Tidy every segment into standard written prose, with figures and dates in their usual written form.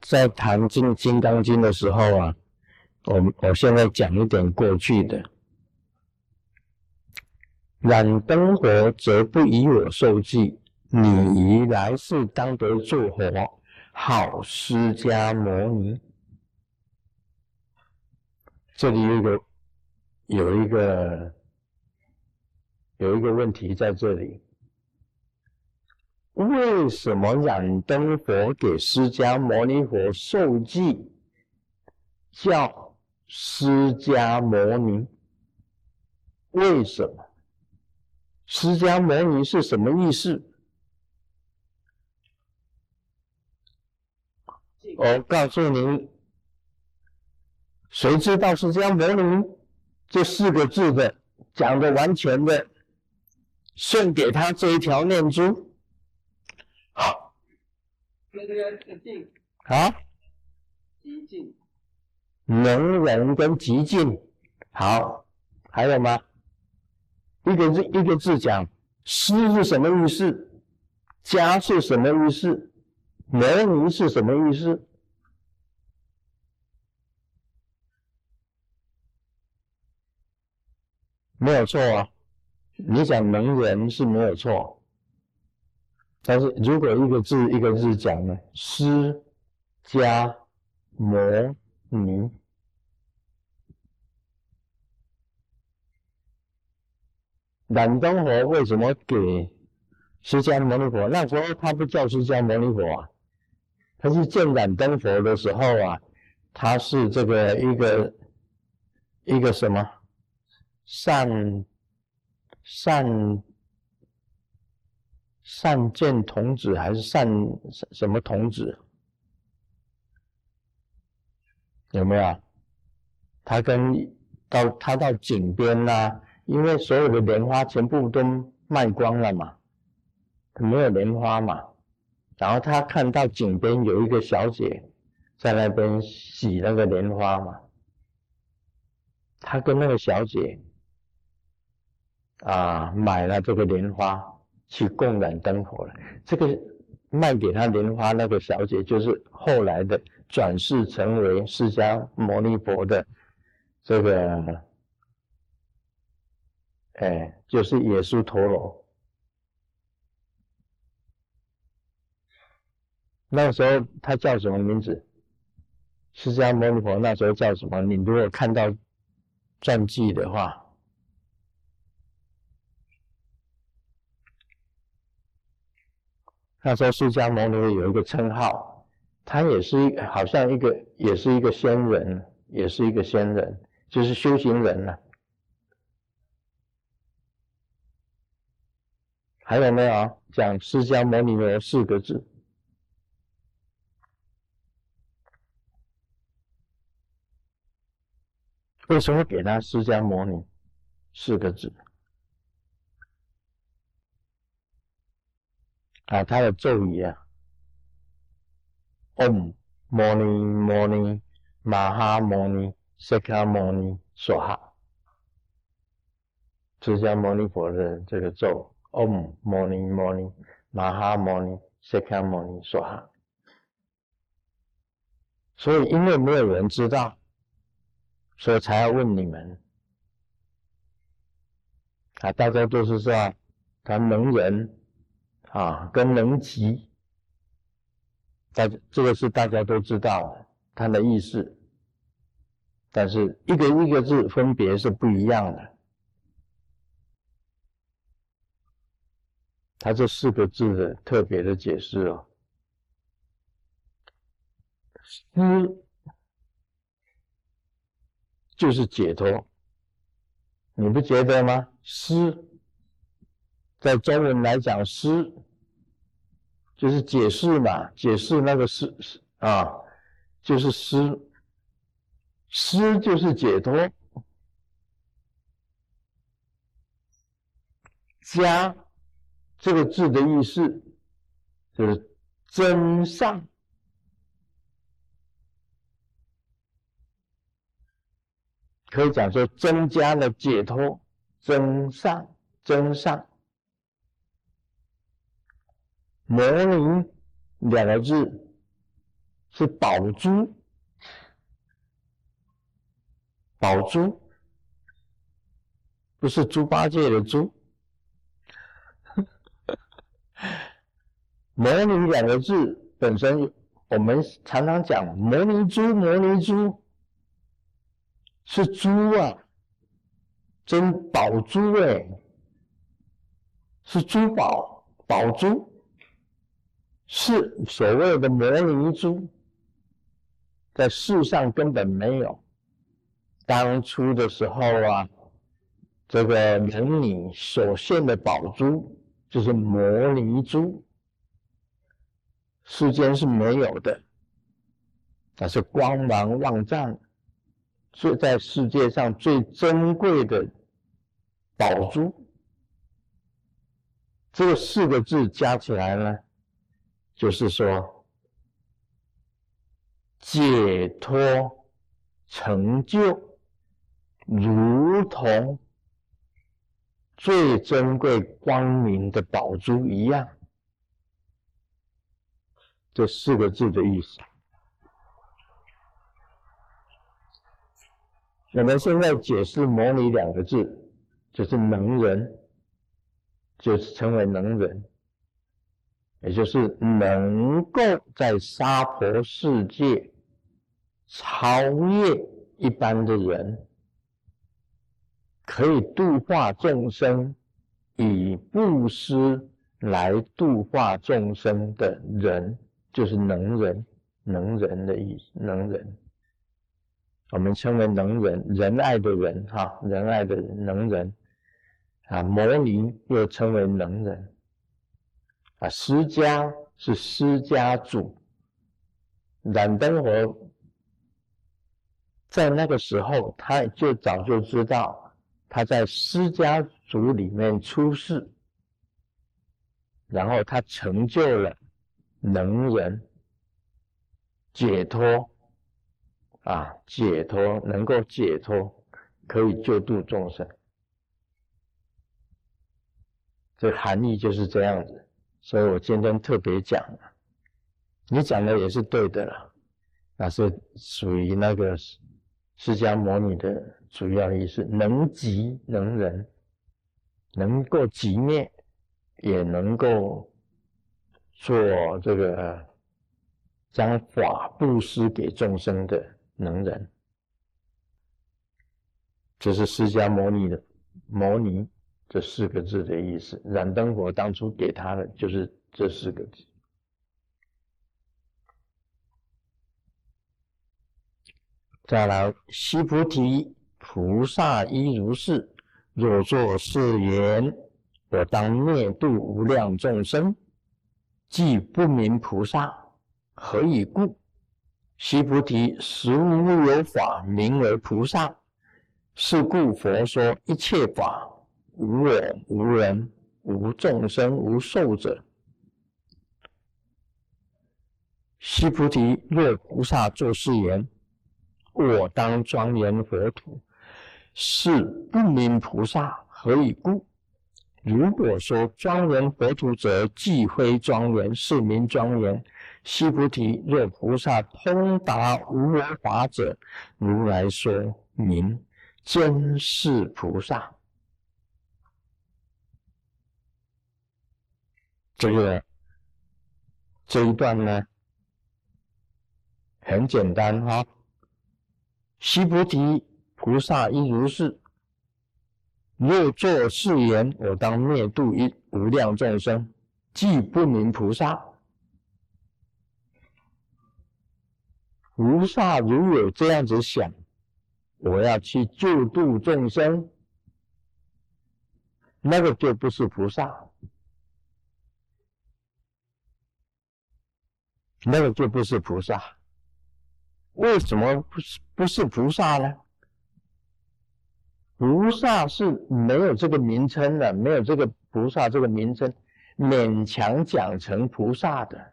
在谈金刚经的时候啊，我现在讲一点过去的。燃灯火则不以我受记，你于来世当得作火，好释迦牟尼。这里有一个问题在这里。为什么燃灯佛给释迦牟尼佛受记叫释迦牟尼？为什么？释迦牟尼是什么意思？我告诉您，谁知道释迦牟尼这4个字的讲的完全的，送给他这一条念珠。好， 那这个静啊， 极静， 能人跟极静。好，还有吗？一个字讲，施是什么意思？迦是什么意思？牟尼是什么意思？没有错啊，你讲能人是没有错，但是如果一个字讲呢，释迦牟尼。燃灯佛为什么给释迦牟尼佛？那时候他不叫释迦牟尼佛啊，他去见燃灯佛的时候啊，他是这个一个什么善见童子还是什么童子？有没有？他到井边啊，因为所有的莲花全部都卖光了嘛，没有莲花嘛。然后他看到井边有一个小姐在那边洗那个莲花嘛，他跟那个小姐买了这个莲花去供燃灯佛了。这个卖给他莲花那个小姐，就是后来的转世成为释迦牟尼佛的这个，就是耶输陀罗。那时候他叫什么名字？释迦牟尼佛那时候叫什么？你如果看到传记的话，那时候释迦牟尼有一个称号，他也是好像也是一个仙人，就是修行人啊。还有没有讲释迦牟尼佛4个字？为什么给他释迦牟尼4个字？他的咒语啊 ，Om Mani Mani Maha Mani Sekha Mani Swaha， 释迦牟尼佛的这个咒 Om Mani Mani Maha Mani Sekha Mani Swaha。所以因为没有人知道，所以才要问你们大家都是说他能人跟能集，这个是大家都知道的他的意思，但是一个字分别是不一样的。他这4个字的特别的解释哦，施就是解脱，你不觉得吗？施在中文来讲，施就是解释嘛，解释那个施就是施就是解脱。迦这个字的意思就是增上，可以讲说增加了解脱，增上。牟尼2个字是宝珠，宝珠不是猪八戒的猪。摩尼两个字本身，我们常常讲摩尼珠，摩尼珠是珠啊，真宝珠是珠宝，宝珠是所谓的摩尼珠，在世上根本没有。当初的时候啊，这个人女所献的宝珠就是摩尼珠，世间是没有的，它是光芒万丈，是在世界上最珍贵的宝珠。这4个字加起来呢，就是说解脱成就，如同最珍贵光明的宝珠一样。这4个字的意思。我们现在解释摩尼2个字，就是能人，就是称为能人，也就是能够在娑婆世界超越一般的人，可以度化众生，以布施来度化众生的人，就是能人，能人的意思，能人。我们称为能人，仁爱的人哈，仁爱的人，能人啊。摩尼又称为能人啊。释迦是释迦族，燃灯佛在那个时候，他就早就知道他在释迦族里面出世，然后他成就了能人，解脱啊，解脱，能够解脱，可以救度众生。这含义就是这样子，所以我今天特别讲了。你讲的也是对的了，那是属于那个释迦牟尼的主要意思，能极能仁，能够极灭，也能够做这个将法布施给众生的能人。这是释迦牟尼的牟尼这4个字的意思。燃灯佛当初给他的就是这4个字。再来，悉菩提，菩萨亦如是。若作是言，我当灭度无量众生，即不名菩萨。何以故？悉菩提，实无有法名为菩萨。是故佛说一切法，无我无人，无众生，无寿者。悉菩提，若菩萨作是言，我当庄严佛土，是不名菩萨。何以故？如果说庄严佛土者，即非庄严，是名庄严。悉菩提，若菩萨通达无我法者，如来说名真是菩萨。这一段呢，很简单哈。悉菩提，菩萨亦如是。若作是言，我当灭度无量众生，即不名菩萨。菩萨如有这样子想，我要去救度众生，那个就不是菩萨，那个就不是菩萨。为什么不是菩萨呢？菩萨是没有这个名称的，没有这个菩萨这个名称，勉强讲成菩萨的。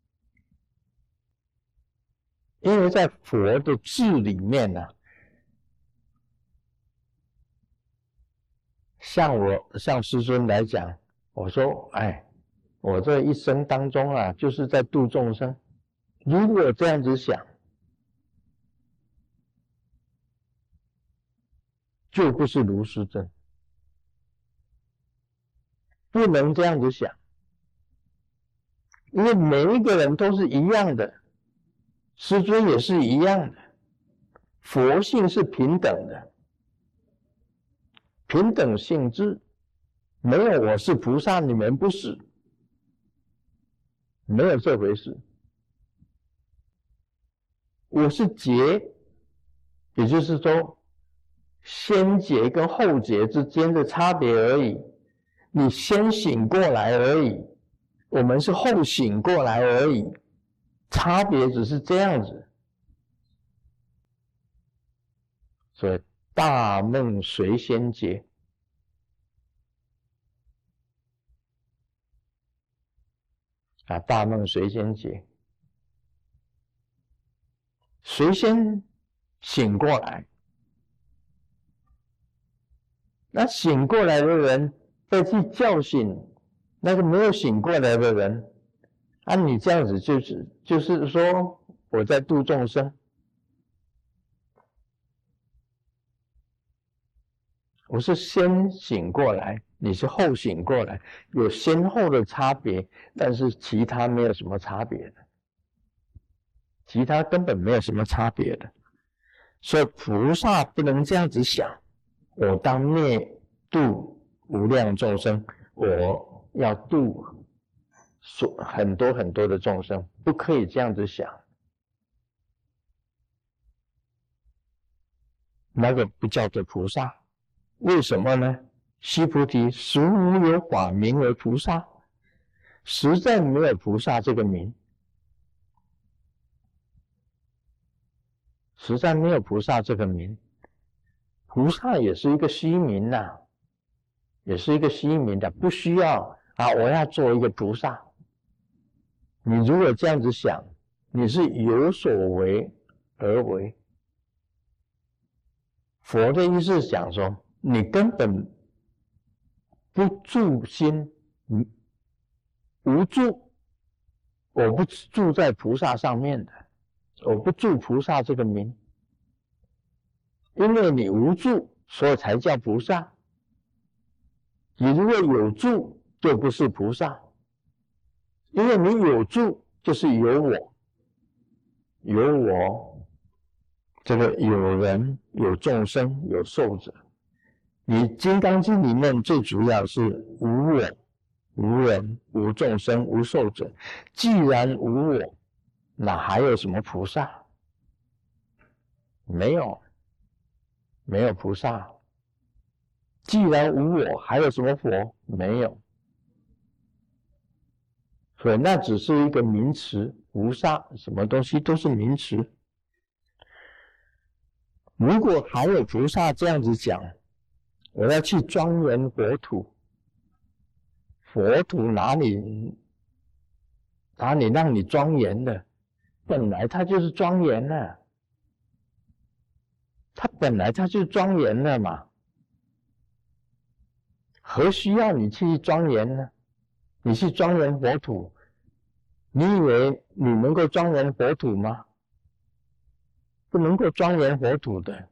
因为在佛的字里面呢，像师尊来讲，我说，我这一生当中啊，就是在度众生， 如果这样子想，就不是如是证，不能这样子想，因为每一个人都是一样的，师尊也是一样的，佛性是平等的，平等性质，没有我是菩萨，你们不是，没有这回事。我是劫，也就是说先劫跟后劫之间的差别而已，你先醒过来而已，我们是后醒过来而已，差别只是这样子。所以大梦谁先劫？大梦谁先劫？谁先醒过来？那醒过来的人再去叫醒那个没有醒过来的人，你这样子就是说我在度众生，我是先醒过来，你是后醒过来，有先后的差别，但是其他没有什么差别的，其他根本没有什么差别的。所以菩萨不能这样子想，我当灭度无量众生，我要度很多很多的众生，不可以这样子想，那个不叫做菩萨。为什么呢？须菩提，实无有法名为菩萨，实在没有菩萨这个名，实在没有菩萨这个名。菩萨也是一个虚名呐，也是一个虚名的，不需要我要做一个菩萨。你如果这样子想，你是有所为而为。佛的意思是讲说，你根本不住心，无住，我不住在菩萨上面的，我不住菩萨这个名，因为你无住，所以才叫菩萨。你如果有住，就不是菩萨，因为你有住，就是有我，有我，这个有人、有众生、有寿者。你《金刚经》里面最主要是无我、无人、无众生、无寿者。既然无我，那还有什么菩萨？没有，没有菩萨。既然无我，还有什么佛？没有。所以那只是一个名词，菩萨什么东西都是名词。如果还有菩萨这样子讲，我要去庄严佛土，佛土哪里让你庄严的？本来它就是庄严的，它本来它就庄严的嘛，何须要你去庄严呢？你去庄严佛土，你以为你能够庄严佛土吗？不能够庄严佛土的，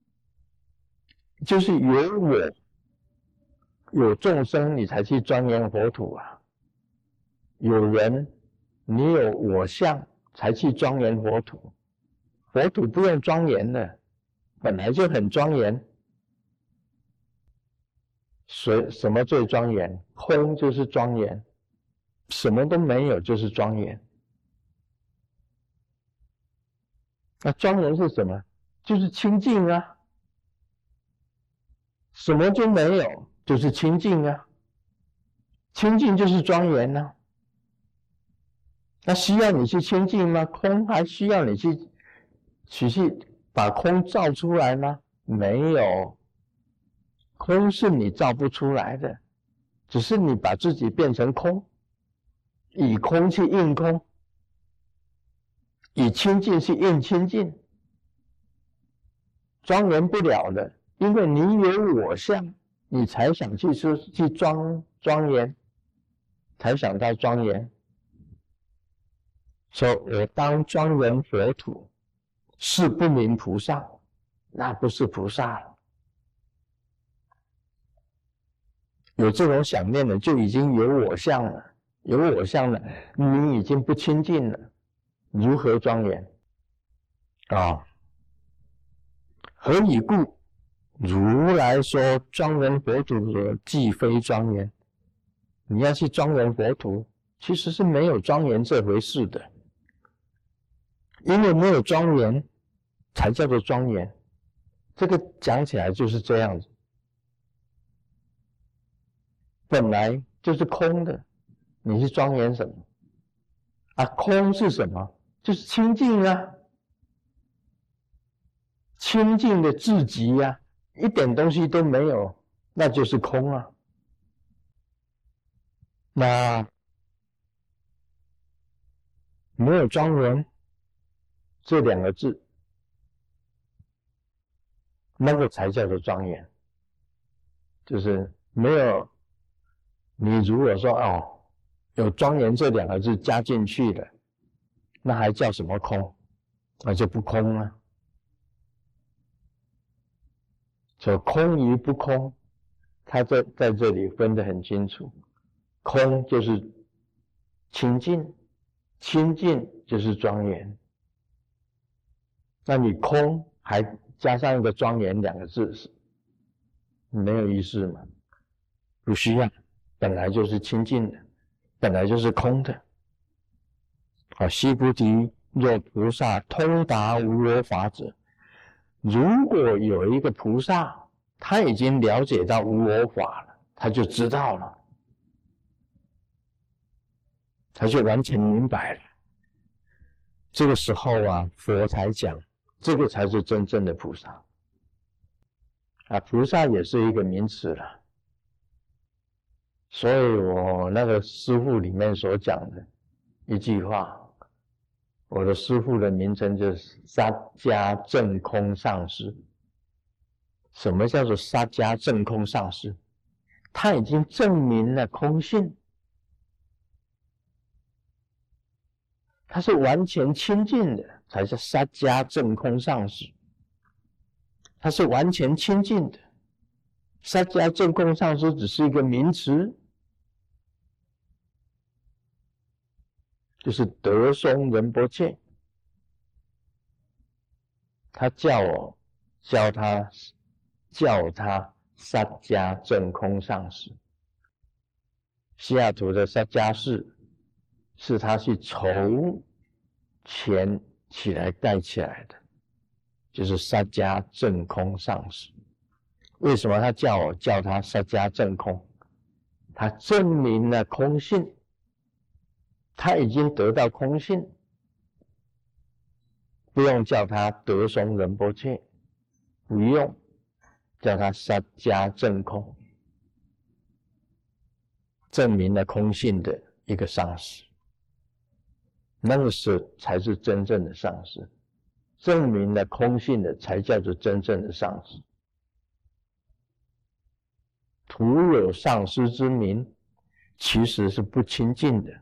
就是有我有众生，你才去庄严佛土啊。有人，你有我相，才去庄严佛土。佛土不用庄严的，本来就很庄严。什么最庄严？空就是庄严，什么都没有就是庄严。那庄严是什么？就是清净啊。什么就没有，就是清净啊。清净就是庄严啊。那需要你去清净吗？空还需要你去把空造出来吗？没有，空是你造不出来的，只是你把自己变成空，以空去应空，以清净去应清净，庄严不了的，因为你有我相，你才想去庄严，才想到庄严。 说我当庄严佛土，是不明菩萨，那不是菩萨了。有这种想念的，就已经有我相了，有我相了，你已经不清净了，如何庄严啊？何以故？如来说庄严佛土者，既非庄严。你要去庄严佛土，其实是没有庄严这回事的，因为没有庄严，才叫做庄严。这个讲起来就是这样子，本来就是空的，你是庄严什么？啊，空是什么？就是清净啊，清净的至极啊，一点东西都没有，那就是空啊。那没有庄严这两个字，那个才叫做庄严。就是没有，你如果说哦，有庄严这两个字加进去了，那还叫什么空？那就不空了。所以空与不空，它在这里分得很清楚。空就是清净，清净就是庄严。那你空还加上一个庄严两个字，没有意思嘛？不需要，本来就是清净的，本来就是空的。啊，悉菩提，若菩萨通达无我法者，如果有一个菩萨，他已经了解到无我法了，他就知道了，他就完全明白了。这个时候啊，佛才讲，这个才是真正的菩萨。啊，菩萨也是一个名词了。所以我那个师父里面所讲的一句话，我的师父的名称就是沙迦正空上师。什么叫做沙迦正空上师？他已经证明了空性，他是完全清净的，才是沙迦正空上师。他是完全清净的，沙迦正空上师只是一个名词，就是德松仁波切，他叫他沙迦正空上师。西雅图的沙迦寺是他去筹钱起来盖起来的，就是沙迦正空上师。为什么他叫他沙迦正空？他证明了空性，他已经得到空性，不用叫他德松仁波切，不用叫他沙迦正空，证明了空性的一个上师。那个才是真正的上师，证明了空性的才叫做真正的上师。徒有上师之名，其实是不清净的。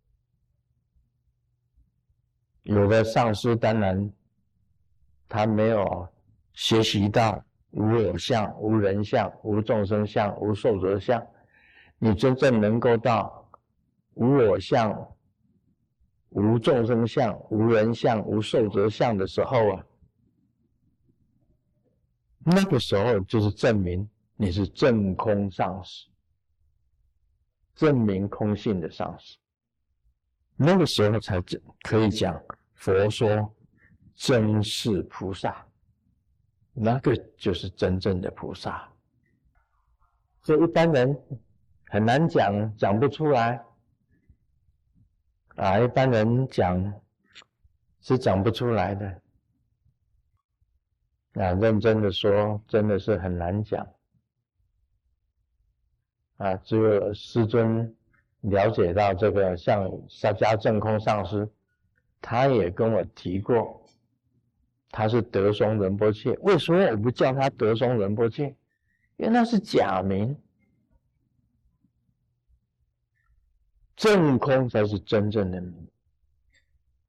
有的上师当然他没有学习到无我相、无人相、无众生相、无寿者相。你真正能够到无我相、无众生相、无人相、无寿者相的时候啊，那个时候就是证明你是正空上师，证明空性的上师。那个时候才可以讲佛说真是菩萨，那个就是真正的菩萨。所以一般人很难讲不出来啊，一般人讲是讲不出来的啊，认真的说真的是很难讲啊，只有师尊了解到这个，像沙迦正空上师，他也跟我提过，他是德松仁波切。为什么我不叫他德松仁波切？因为那是假名，正空才是真正的名。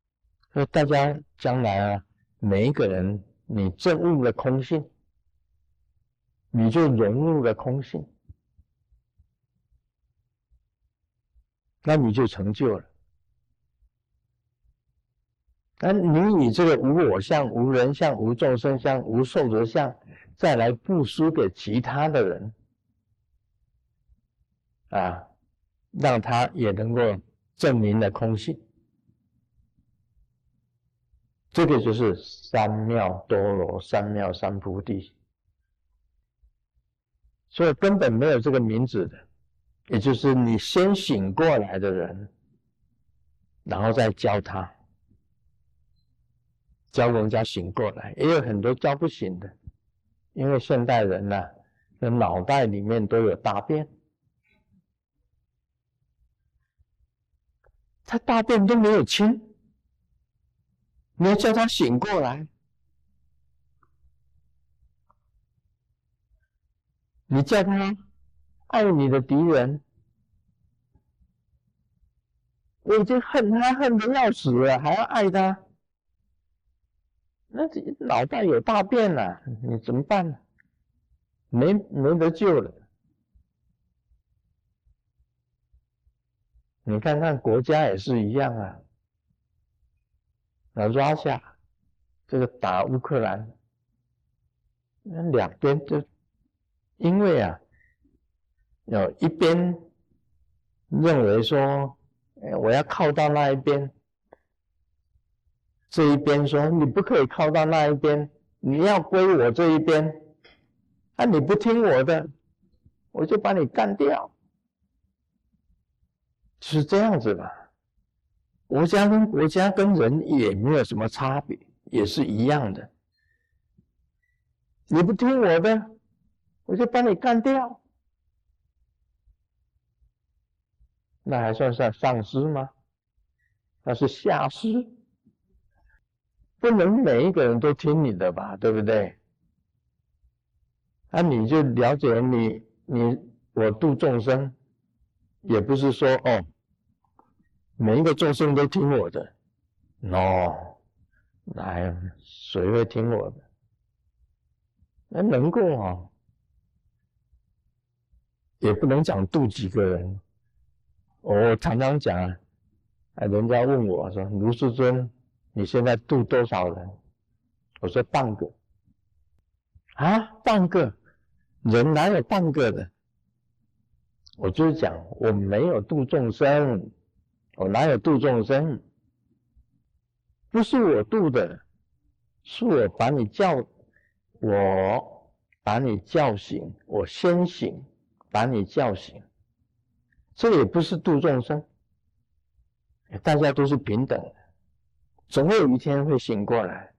所以大家将来啊，每一个人你证悟了空性，你就融入了空性，那你就成就了。那你以这个无我相、无人相、无众生相、无寿者相，再来布施给其他的人，啊，让他也能够证明了空性。这个就是三藐多罗三藐三菩提。所以根本没有这个名字的，也就是你先醒过来的人，然后再教他，教人家醒过来。也有很多教不醒的，因为现代人呢，的脑袋里面都有大便，他大便都没有清，你要叫他醒过来，你叫他爱你的敌人，我已经恨他恨得要死了，还要爱他，那脑袋有大便了，你怎么办呢？没得救了。你看看国家也是一样啊，那Russia这个打乌克兰，那两边就因为啊，有一边认为说，我要靠到那一边，这一边说你不可以靠到那一边，你要归我这一边，啊你不听我的，我就把你干掉，是这样子吧？国家跟国家跟人也没有什么差别，也是一样的。你不听我的，我就把你干掉。那还算上师吗？那是下师。不能每一个人都听你的吧，对不对？那你就了解我度众生，也不是说哦，每一个众生都听我的。No， 来，谁会听我的？那能够啊，也不能讲度几个人。我常常讲啊，人家问我说，卢师尊，你现在度多少人？我说半个。啊，半个？人哪有半个的？我就是讲，我没有度众生，我哪有度众生？不是我度的，是我把你叫醒，我先醒，把你叫醒。这也不是度众生，大家都是平等的，总有一天会醒过来。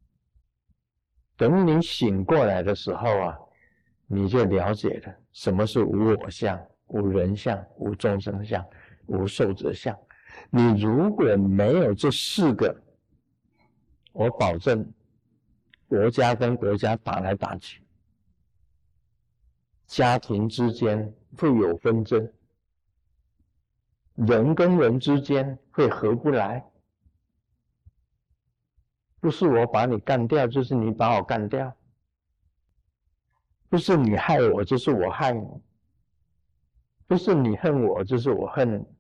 等你醒过来的时候啊，你就了解了什么是无我相、无人相、无众生相、无寿者相。你如果没有这四个，我保证国家跟国家打来打去，家庭之间会有纷争，人跟人之间会合不来，不是我把你干掉，就是你把我干掉，不是你害我，就是我害你，不是你恨我，就是我恨你。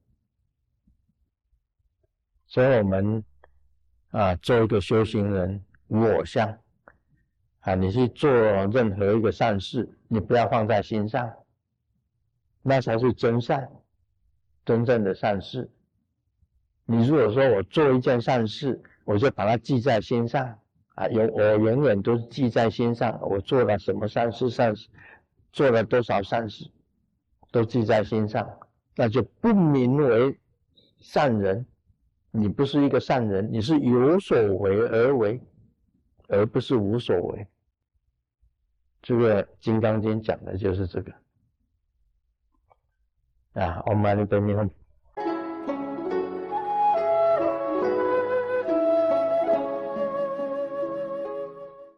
所以我们做一个修行人，无我相你去做任何一个善事，你不要放在心上，那才是真善，真正的善事。你如果说我做一件善事，我就把它记在心上我永远都记在心上，我做了什么善事，做了多少善事，都记在心上，那就不名为善人。你不是一个善人，你是有所为而为，而不是无所为。这个《金刚经》讲的就是这个Om Mani Padme Hum